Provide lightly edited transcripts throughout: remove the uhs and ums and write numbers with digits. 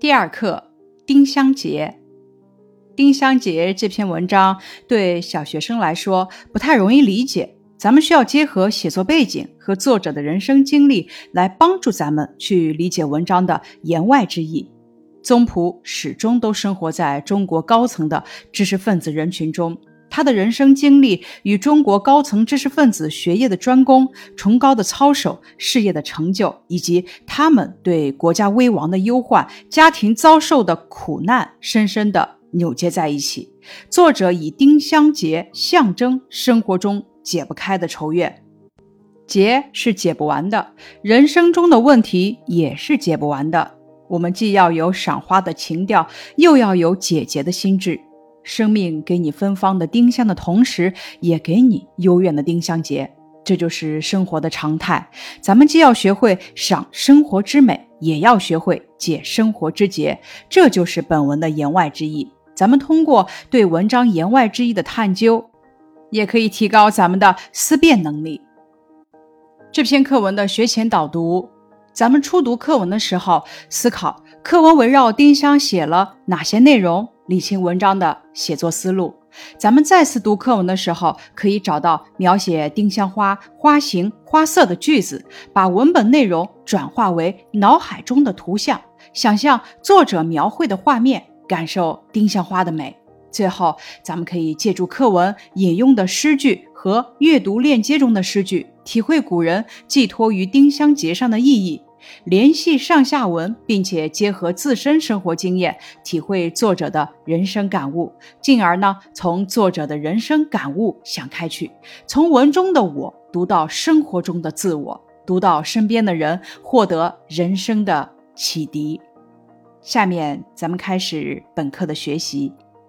第二课，丁香结。丁香结这篇文章对小学生来说不太容易理解，咱们需要结合写作背景和作者的人生经历来帮助咱们去理解文章的言外之意。宗璞始终都生活在中国高层的知识分子人群中，他的人生经历与中国高层知识分子学业的专攻、崇高的操守、事业的成就，以及他们对国家危亡的忧患、家庭遭受的苦难深深地扭结在一起。作者以丁香结象征生活中解不开的仇怨。结是解不完的，人生中的问题也是解不完的。我们既要有赏花的情调，又要有解结的心智。生命给你芬芳的丁香的同时，也给你幽怨的丁香结，这就是生活的常态。咱们既要学会赏生活之美，也要学会解生活之结，这就是本文的言外之意。咱们通过对文章言外之意的探究，也可以提高咱们的思辨能力。这篇课文的学前导读，咱们初读课文的时候，思考课文围绕丁香写了哪些内容，理清文章的写作思路。咱们再次读课文的时候，可以找到描写丁香花花型花色的句子，把文本内容转化为脑海中的图像，想象作者描绘的画面，感受丁香花的美。最后咱们可以借助课文引用的诗句和阅读链接中的诗句，体会古人寄托于丁香结上的意义，联系上下文，并且结合自身生活经验，体会作者的人生感悟，进而从作者的人生感悟想开去，从文中的我读到生活中的自我，读到身边的人，获得人生的启迪。下面咱们开始本课的学习。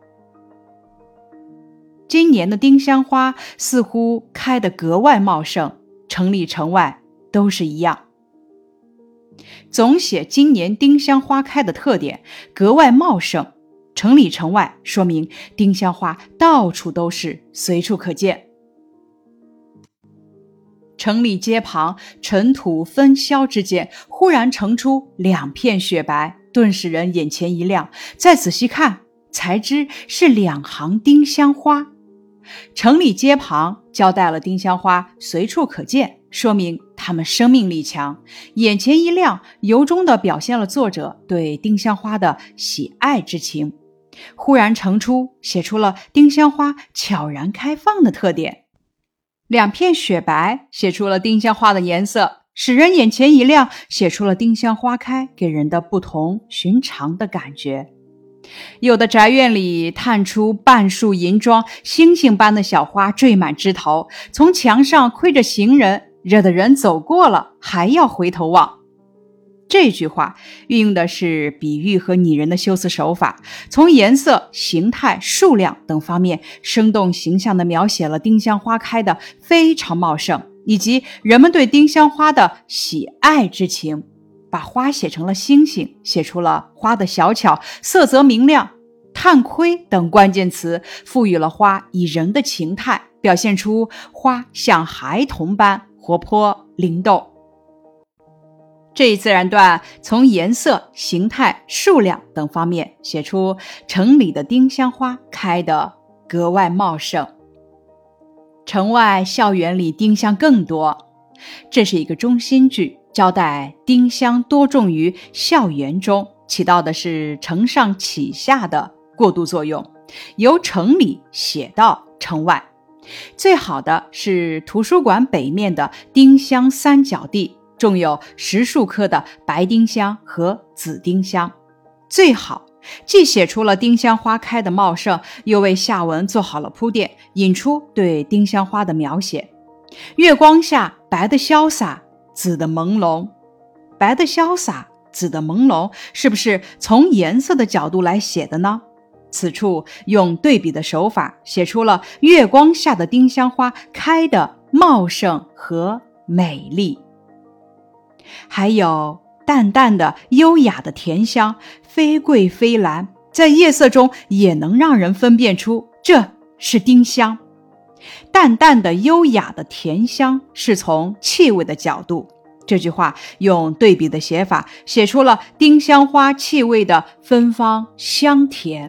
今年的丁香花似乎开得格外茂盛，城里城外都是一样。总写今年丁香花开的特点，格外茂盛，城里城外，说明丁香花到处都是，随处可见。城里街旁尘土纷嚣之间，忽然呈出两片雪白，顿使人眼前一亮，再仔细看，才知是两行丁香花。城里街旁交代了丁香花随处可见，说明它们生命力强，眼前一亮，由衷地表现了作者对丁香花的喜爱之情。忽然呈出，写出了丁香花悄然开放的特点。两片雪白，写出了丁香花的颜色，使人眼前一亮，写出了丁香花开给人的不同寻常的感觉。有的宅院里探出半束银装，星星般的小花缀满枝头，从墙上窥着行人，惹得人走过了还要回头望。这句话运用的是比喻和拟人的修辞手法，从颜色、形态、数量等方面生动形象地描写了丁香花开得非常茂盛，以及人们对丁香花的喜爱之情。把花写成了星星，写出了花的小巧、色泽明亮、探窥等关键词，赋予了花以人的情态，表现出花像孩童般活泼灵动。这一自然段从颜色、形态、数量等方面写出城里的丁香花开得格外茂盛。城外校园里丁香更多，这是一个中心句，交代丁香多种于校园中，起到的是承上启下的过渡作用，由城里写到城外。最好的是图书馆北面的丁香三角地，种有10数棵的白丁香和紫丁香。最好既写出了丁香花开的茂盛，又为下文做好了铺垫，引出对丁香花的描写。月光下，白的潇洒，紫的朦胧。白的潇洒，紫的朦胧，是不是从颜色的角度来写的呢？此处用对比的手法，写出了月光下的丁香花开的茂盛和美丽。还有淡淡的优雅的甜香，非桂非兰，在夜色中也能让人分辨出这是丁香。淡淡的优雅的甜香是从气味的角度， 这句话用对比的写法写出了丁香花气味的芬芳香甜。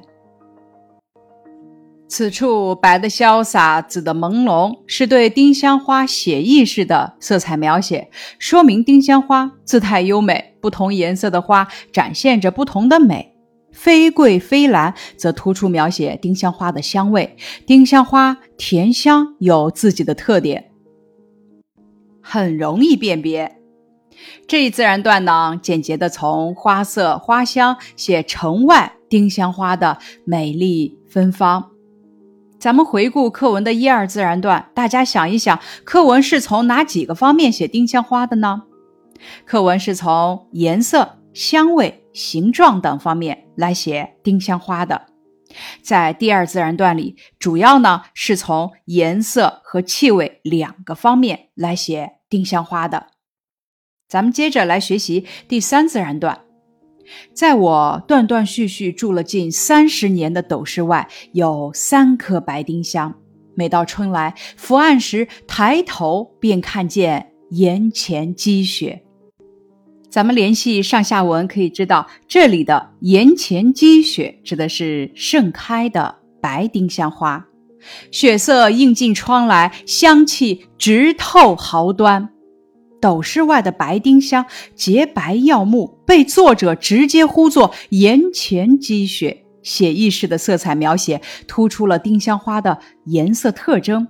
此处白的潇洒，紫的朦胧，是对丁香花写意式的色彩描写，说明丁香花姿态优美，不同颜色的花展现着不同的美。飞桂飞兰则突出描写丁香花的香味，丁香花甜香有自己的特点，很容易辨别。这一自然段呢，简洁地从花色花香写城外丁香花的美丽芬芳。咱们回顾课文的1、2自然段，大家想一想，课文是从哪几个方面写丁香花的呢？课文是从颜色、香味、形状等方面来写丁香花的。在第2自然段里，主要呢是从颜色和气味2个方面来写丁香花的。咱们接着来学习第3自然段。在我断断续续住了近30年的斗室外，有3棵白丁香。每到春来，伏岸时抬头便看见檐前积雪。咱们联系上下文可以知道，这里的檐前积雪指的是盛开的白丁香花。雪色映进窗来，香气直透毫端。斗室外的白丁香洁白耀目，被作者直接呼作檐前积雪，写意式的色彩描写突出了丁香花的颜色特征。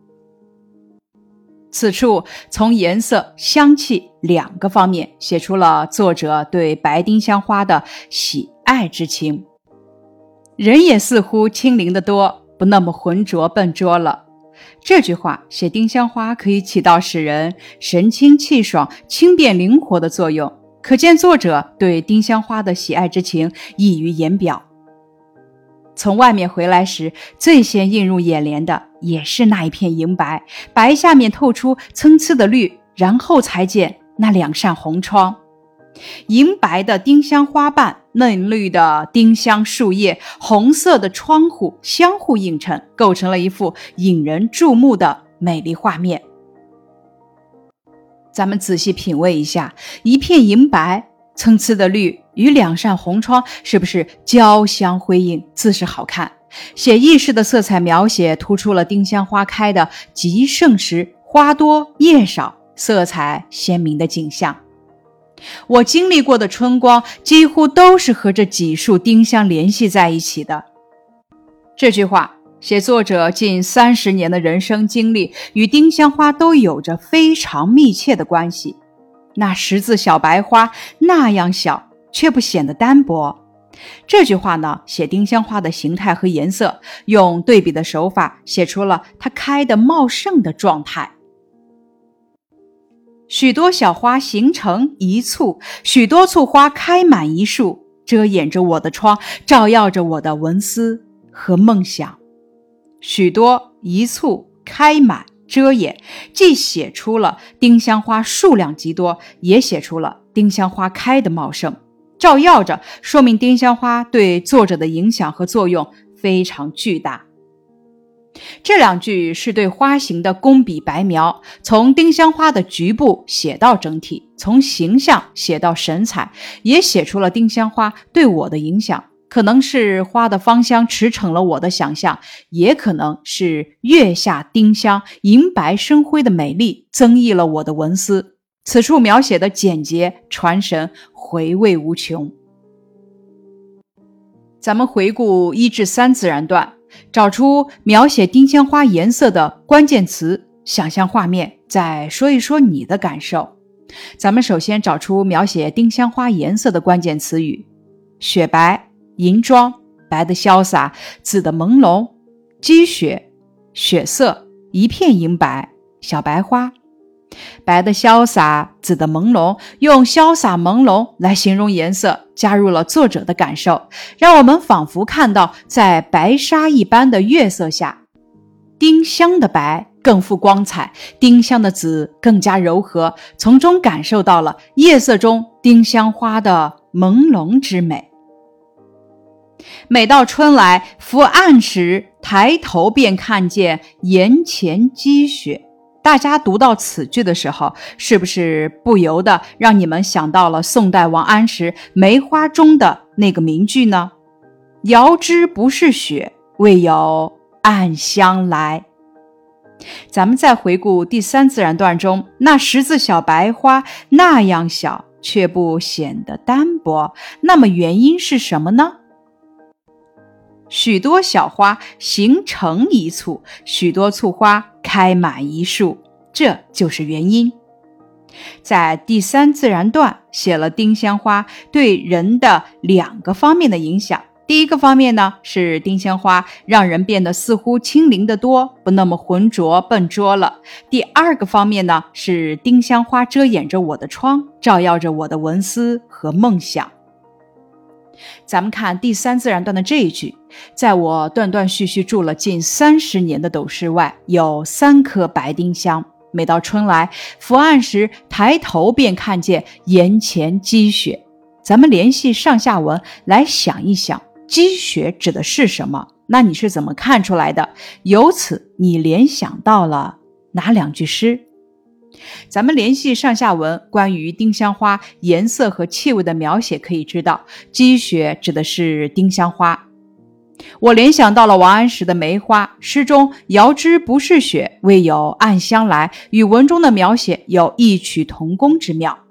此处从颜色、香气2个方面写出了作者对白丁香花的喜爱之情。人也似乎清灵得多，不那么浑浊笨拙了。这句话写丁香花可以起到使人神清气爽、轻便灵活的作用，可见作者对丁香花的喜爱之情溢于言表。从外面回来时，最先映入眼帘的也是那一片银白，白下面透出参差的绿，然后才见那2扇红窗。银白的丁香花瓣，嫩绿的丁香树叶，红色的窗户相互映衬，构成了一幅引人注目的美丽画面。咱们仔细品味一下，一片银白，参差的绿与2扇红窗是不是交相辉映，自是好看。写意式的色彩描写突出了丁香花开的极盛时花多叶少，色彩鲜明的景象。我经历过的春光几乎都是和这几束丁香联系在一起的。这句话写作者近30年的人生经历与丁香花都有着非常密切的关系。那10字小白花那样小，却不显得单薄。这句话呢，写丁香花的形态和颜色，用对比的手法写出了它开得茂盛的状态。许多小花形成一簇，许多簇花开满一树，遮掩着我的窗，照耀着我的文思和梦想。许多一簇开满遮掩，既写出了丁香花数量极多，也写出了丁香花开的茂盛，照耀着，说明丁香花对作者的影响和作用非常巨大。这2句是对花形的工笔白描，从丁香花的局部写到整体，从形象写到神采，也写出了丁香花对我的影响。可能是花的芳香驰骋了我的想象，也可能是月下丁香银白生辉的美丽增益了我的文思。此处描写的简洁传神，回味无穷。咱们回顾1至3自然段，找出描写丁香花颜色的关键词，想象画面，再说一说你的感受。咱们首先找出描写丁香花颜色的关键词语：雪白、银装、白的潇洒、紫的朦胧、积雪、血色、一片银白、小白花。白的潇洒，紫的朦胧，用潇洒朦胧来形容颜色，加入了作者的感受，让我们仿佛看到在白纱一般的月色下，丁香的白更富光彩，丁香的紫更加柔和，从中感受到了夜色中丁香花的朦胧之美。每到春来，伏岸时抬头便看见檐前积雪。 大家读到此句的时候，是不是不由得让你们想到了宋代王安石《梅花》中的那个名句呢？遥知不是雪，为有暗香来。咱们再回顾第三自然段中，那10字小白花那样小，却不显得单薄，那么原因是什么呢？许多小花形成一簇，许多簇花开满一树，这就是原因。在第三自然段写了丁香花对人的2个方面的影响。第一个方面呢，是丁香花让人变得似乎轻灵得多，不那么浑浊笨拙了。第二个方面呢，是丁香花遮掩着我的窗，照耀着我的文思和梦想。咱们看第三自然段的这一句，在我断断续续住了近30年的斗室外，有3棵白丁香。每到春来，伏案时抬头便看见檐前积雪。咱们联系上下文来想一想，积雪指的是什么？那你是怎么看出来的？由此你联想到了哪2句诗？咱们联系上下文关于丁香花颜色和气味的描写，可以知道积雪指的是丁香花。我联想到了王安石的《梅花》，诗中遥知不是雪，为有暗香来，与文中的描写有异曲同工之妙。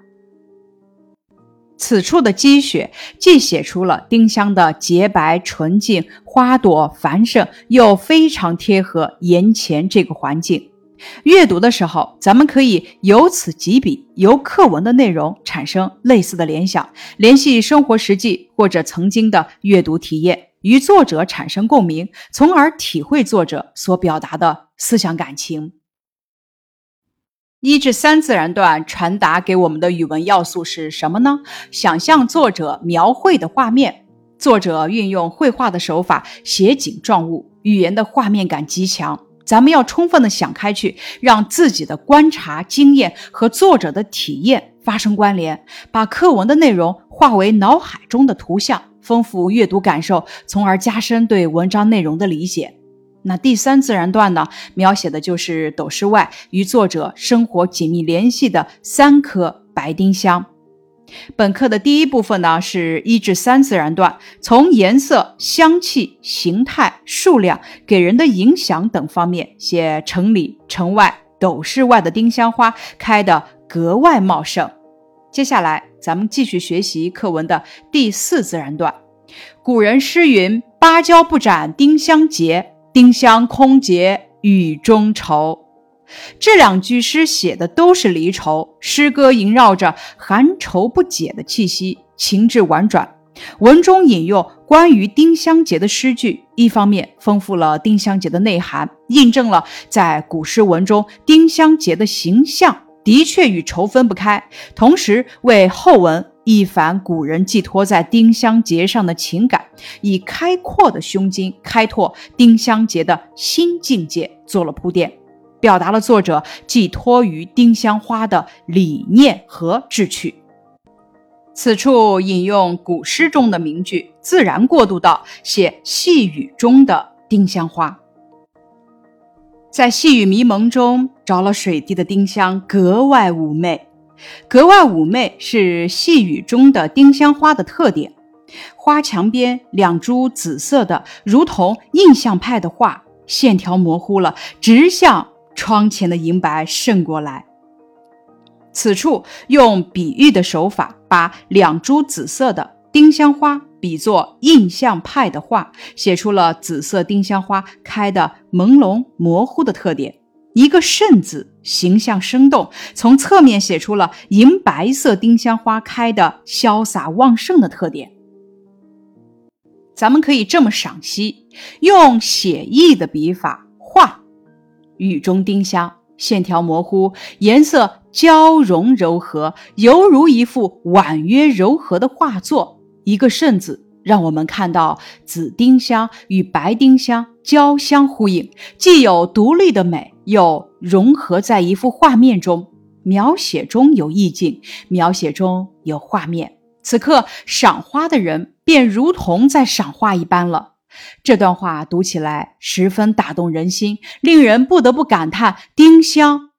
此处的积雪既写出了丁香的洁白纯净，花朵繁盛，又非常贴合檐前这个环境。阅读的时候，咱们可以由此及彼，由课文的内容产生类似的联想，联系生活实际或者曾经的阅读体验，与作者产生共鸣，从而体会作者所表达的思想感情。1至3自然段传达给我们的语文要素是什么呢？想象作者描绘的画面。作者运用绘画的手法写景状物，语言的画面感极强。咱们要充分的想开去，让自己的观察经验和作者的体验发生关联，把课文的内容化为脑海中的图像，丰富阅读感受，从而加深对文章内容的理解。那第3自然段呢，描写的就是斗室外与作者生活紧密联系的3棵白丁香。本课的第1部分呢，是1至3自然段，从颜色、香气、形态、数量、给人的影响等方面写城里、城外、斗室外的丁香花开得格外茂盛。接下来咱们继续学习课文的第4自然段。古人诗云：芭蕉不展丁香结，丁香空结雨中愁。这2句诗写的都是离愁，诗歌萦绕着含愁不解的气息，情致婉转。文中引用关于丁香结的诗句，一方面丰富了丁香结的内涵，印证了在古诗文中丁香结的形象的确与愁分不开，同时为后文一反古人寄托在丁香结上的情感，以开阔的胸襟开拓丁香结的新境界做了铺垫，表达了作者寄托于丁香花的理念和志趣。此处引用古诗中的名句，自然过渡到写细雨中的丁香花。在细雨迷蒙中，着了水滴的丁香格外妩媚。格外妩媚是细雨中的丁香花的特点。花墙边2株紫色的如同印象派的画，线条模糊了，直向窗前的银白渗过来。此处用比喻的手法，把2株紫色的丁香花比作印象派的画，写出了紫色丁香花开的朦胧模糊的特点。一个甚字，形象生动，从侧面写出了银白色丁香花开的潇洒旺盛的特点。咱们可以这么赏析，用写意的笔法画雨中丁香，线条模糊，颜色交融柔和，犹如一幅婉约柔和的画作。一个甚字，让我们看到紫丁香与白丁香交相呼应，既有独立的美，又融合在一幅画面中。描写中有意境，描写中有画面，此刻赏花的人便如同在赏画一般了。这段话读起来十分打动人心，令人不得不感叹丁香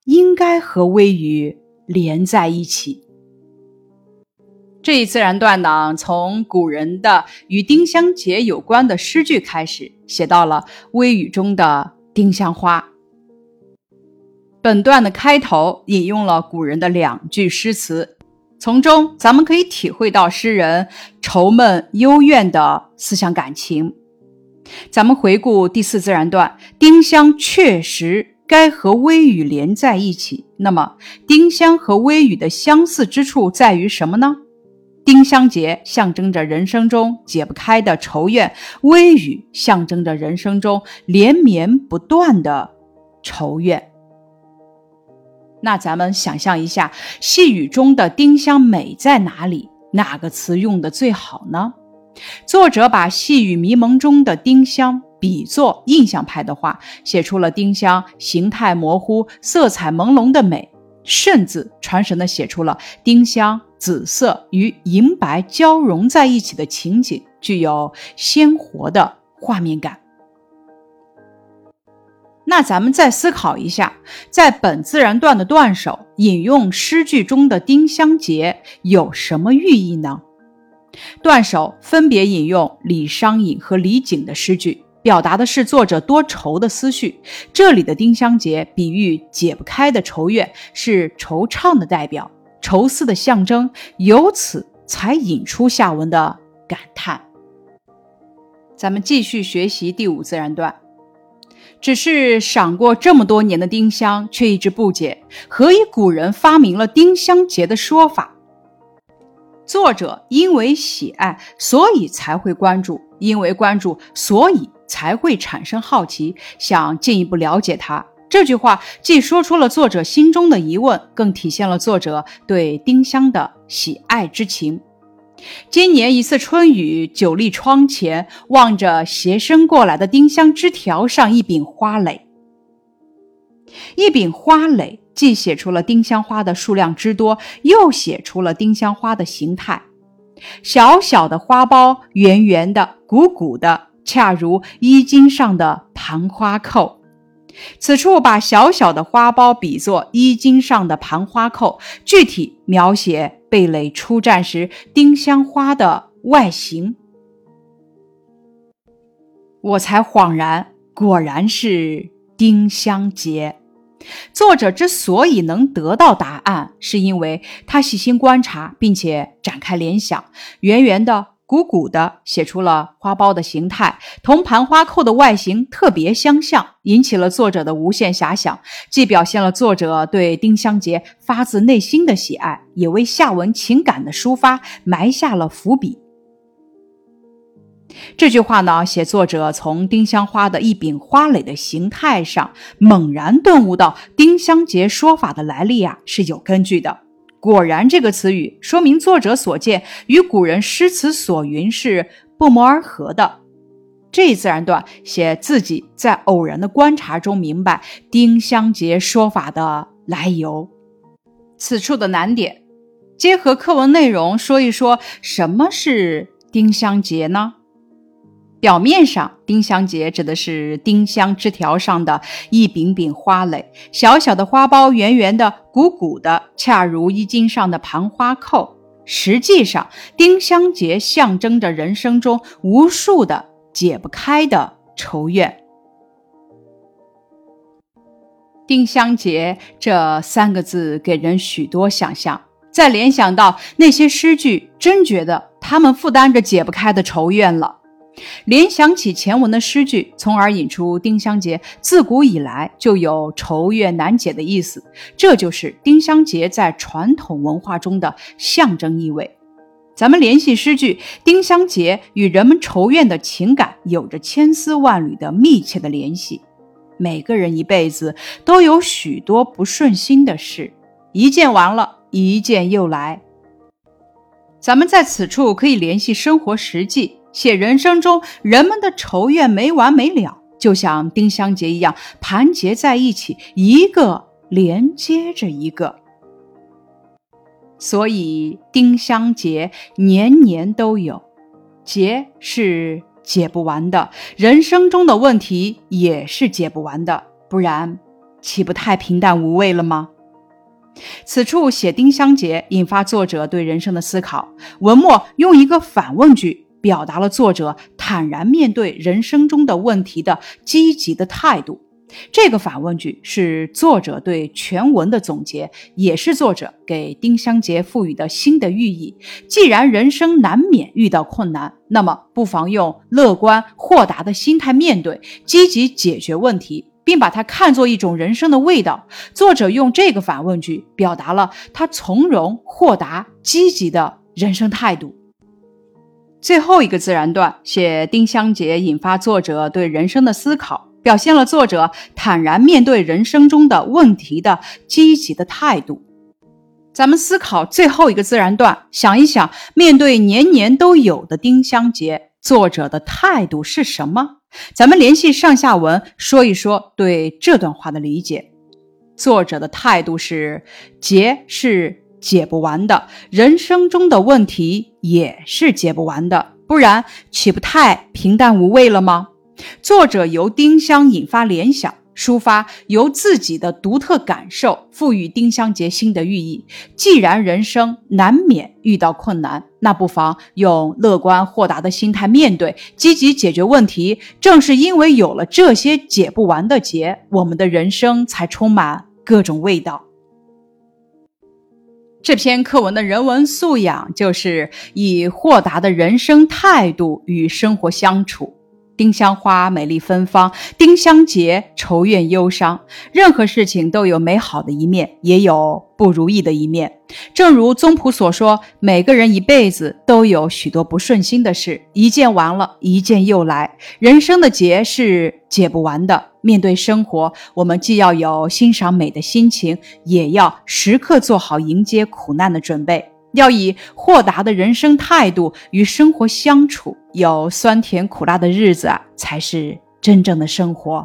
应该和微雨连在一起。这一自然段呢，从古人的与丁香节有关的诗句开始，写到了微雨中的丁香花。本段的开头引用了古人的2句诗词，从中咱们可以体会到诗人愁闷幽怨的思想感情。咱们回顾第4自然段，丁香确实该和微雨连在一起。那么丁香和微雨的相似之处在于什么呢？丁香节象征着人生中解不开的愁怨，微雨象征着人生中连绵不断的愁怨。那咱们想象一下，细雨中的丁香美在哪里？哪个词用的最好呢？作者把细雨迷蒙中的丁香比作印象派的画，写出了丁香形态模糊、色彩朦胧的美，甚至传神地写出了丁香紫色与银白交融在一起的情景，具有鲜活的画面感。那咱们再思考一下，在本自然段的段首引用诗句中的丁香节有什么寓意呢？段首分别引用李商隐和李璟的诗句，表达的是作者多愁的思绪。这里的丁香节比喻解不开的愁怨，是惆怅的代表，愁思的象征，由此才引出下文的感叹。咱们继续学习第5自然段。只是赏过这么多年的丁香，却一直不解何以古人发明了丁香节的说法。作者因为喜爱，所以才会关注，因为关注，所以才会产生好奇，想进一步了解它。这句话既说出了作者心中的疑问，更体现了作者对丁香的喜爱之情。今年一次春雨，久立窗前，望着斜伸过来的丁香枝条上一柄花蕾。一柄花蕾既写出了丁香花的数量之多，又写出了丁香花的形态。小小的花苞，圆圆的，鼓鼓的，恰如衣襟上的盘花扣。此处把小小的花苞比作衣襟上的盘花扣，具体描写蓓蕾初绽时丁香花的外形。我才恍然，果然是丁香节。作者之所以能得到答案，是因为他细心观察，并且展开联想，圆圆的鼓鼓的写出了花苞的形态，同盘花扣的外形特别相像，引起了作者的无限遐想，既表现了作者对丁香节发自内心的喜爱，也为下文情感的抒发埋下了伏笔。这句话呢，写作者从丁香花的一柄花蕾的形态上猛然顿悟到丁香节说法的来历是有根据的。果然这个词语说明作者所见与古人诗词所云是不谋而合的。这一自然段写自己在偶然的观察中明白丁香节说法的来由。此处的难点，结合课文内容说一说什么是丁香节呢？表面上，丁香节指的是丁香枝条上的一柄柄花蕾，小小的花苞，圆圆的，鼓鼓的，恰如衣襟上的盘花扣。实际上，丁香节象征着人生中无数的解不开的愁怨。丁香节这3个字给人许多想象，再联想到那些诗句，真觉得他们负担着解不开的愁怨了。联想起前文的诗句，从而引出丁香节自古以来就有愁怨难解的意思，这就是丁香节在传统文化中的象征意味。咱们联系诗句，丁香节与人们愁怨的情感有着千丝万缕的密切的联系。每个人一辈子都有许多不顺心的事，一件完了，一件又来。咱们在此处可以联系生活实际，写人生中人们的愁怨没完没了，就像丁香节一样盘结在一起，一个连接着一个。所以丁香节年年都有，节是解不完的，人生中的问题也是解不完的，不然岂不太平淡无味了吗？此处写丁香结，引发作者对人生的思考。文末用一个反问句，表达了作者坦然面对人生中的问题的积极的态度。这个反问句是作者对全文的总结，也是作者给丁香结赋予的新的寓意。既然人生难免遇到困难，那么不妨用乐观豁达的心态面对，积极解决问题，并把它看作一种人生的味道。作者用这个反问句表达了他从容豁达积极的人生态度。最后一个自然段写丁香结，引发作者对人生的思考，表现了作者坦然面对人生中的问题的积极的态度。咱们思考最后一个自然段，想一想，面对年年都有的丁香结，作者的态度是什么？咱们联系上下文说一说对这段话的理解。作者的态度是，结是解不完的，人生中的问题也是解不完的，不然岂不太平淡无味了吗？作者由丁香引发联想，抒发由自己的独特感受赋予丁香结新的寓意。既然人生难免遇到困难，那不妨用乐观豁达的心态面对，积极解决问题。正是因为有了这些解不完的结，我们的人生才充满各种味道。这篇课文的人文素养就是以豁达的人生态度与生活相处。丁香花美丽芬芳，丁香结愁怨忧伤。任何事情都有美好的一面，也有不如意的一面。正如宗璞所说，每个人一辈子都有许多不顺心的事，一件完了，一件又来。人生的结是解不完的。面对生活，我们既要有欣赏美的心情，也要时刻做好迎接苦难的准备。要以豁达的人生态度与生活相处，有酸甜苦辣的日子才是真正的生活。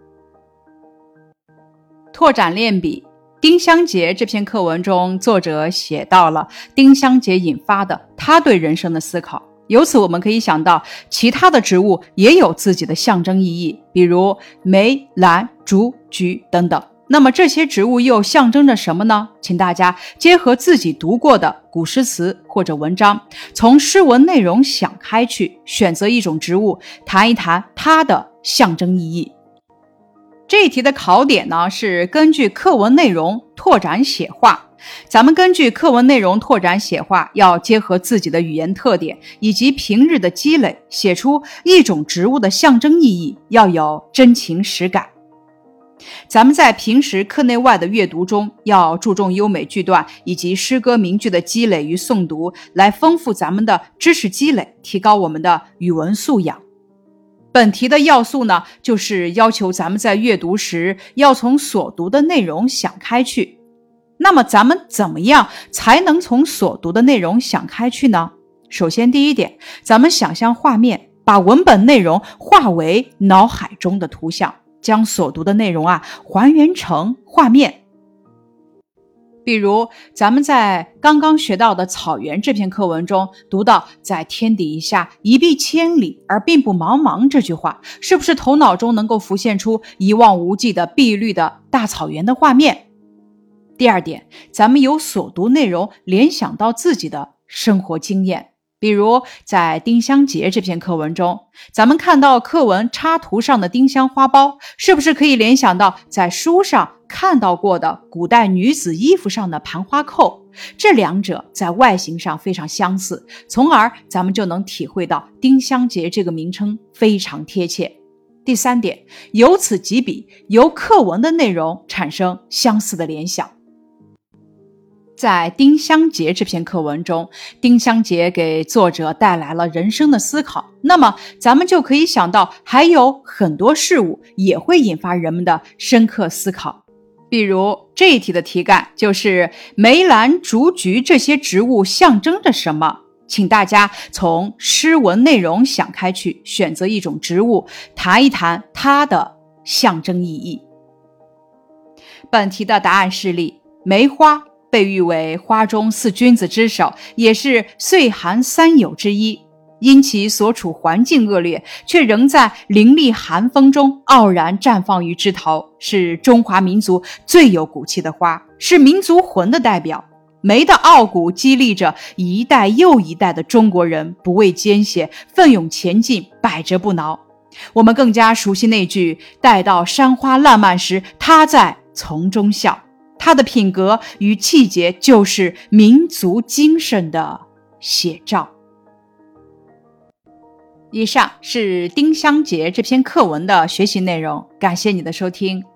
拓展练笔，丁香结这篇课文中，作者写到了丁香结引发的他对人生的思考。由此我们可以想到，其他的植物也有自己的象征意义，比如梅、兰、竹、菊等等。那么这些植物又象征着什么呢？请大家结合自己读过的古诗词或者文章，从诗文内容想开去，选择一种植物，谈一谈它的象征意义。这一题的考点呢，是根据课文内容拓展写话。咱们根据课文内容拓展写话，要结合自己的语言特点以及平日的积累，写出一种植物的象征意义，要有真情实感。咱们在平时课内外的阅读中，要注重优美句段以及诗歌名句的积累与诵读，来丰富咱们的知识积累，提高我们的语文素养。本题的要素呢，就是要求咱们在阅读时要从所读的内容想开去。那么咱们怎么样才能从所读的内容想开去呢？首先第一点，咱们想象画面，把文本内容化为脑海中的图像，将所读的内容还原成画面。比如咱们在刚刚学到的草原这篇课文中，读到在天底下一碧千里而并不茫茫这句话，是不是头脑中能够浮现出一望无际的碧绿的大草原的画面？第二点，咱们由所读内容联想到自己的生活经验。比如在丁香结这篇课文中，咱们看到课文插图上的丁香花苞，是不是可以联想到在书上看到过的古代女子衣服上的盘花扣？这两者在外形上非常相似，从而咱们就能体会到丁香结这个名称非常贴切。第三点，由此及彼，由课文的内容产生相似的联想。在丁香结这篇课文中，丁香结给作者带来了人生的思考，那么咱们就可以想到还有很多事物也会引发人们的深刻思考。比如这一题的题干就是梅兰竹菊这些植物象征着什么，请大家从诗文内容想开去，选择一种植物，谈一谈它的象征意义。本题的答案示例，梅花被誉为花中四君子之首，也是岁寒三友之一。 因其所处环境恶劣，却仍在凌厉寒风中傲然绽放于枝头，是中华民族最有骨气的花，是民族魂的代表。梅的傲骨激励着一代又一代的中国人不畏艰险，奋勇前进，百折不挠。我们更加熟悉那句待到山花烂漫时，他在丛中笑。他的品格与气节就是民族精神的写照。以上是丁香结这篇课文的学习内容，感谢你的收听。